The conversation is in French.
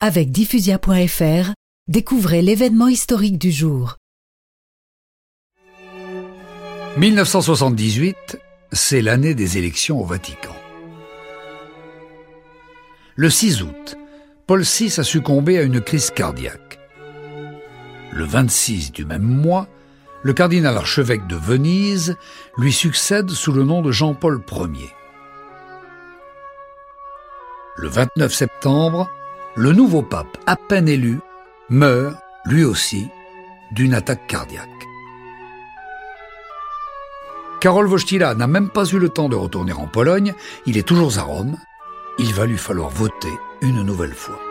Avec diffusia.fr, découvrez l'événement historique du jour. 1978, c'est l'année des élections au Vatican. Le 6 août, Paul VI a succombé à une crise cardiaque. Le 26 du même mois, le cardinal archevêque de Venise lui succède sous le nom de Jean-Paul Ier. Le 29 septembre, le nouveau pape, à peine élu, meurt, lui aussi, d'une attaque cardiaque. Karol Wojtyła n'a même pas eu le temps de retourner en Pologne, il est toujours à Rome, il va lui falloir voter une nouvelle fois.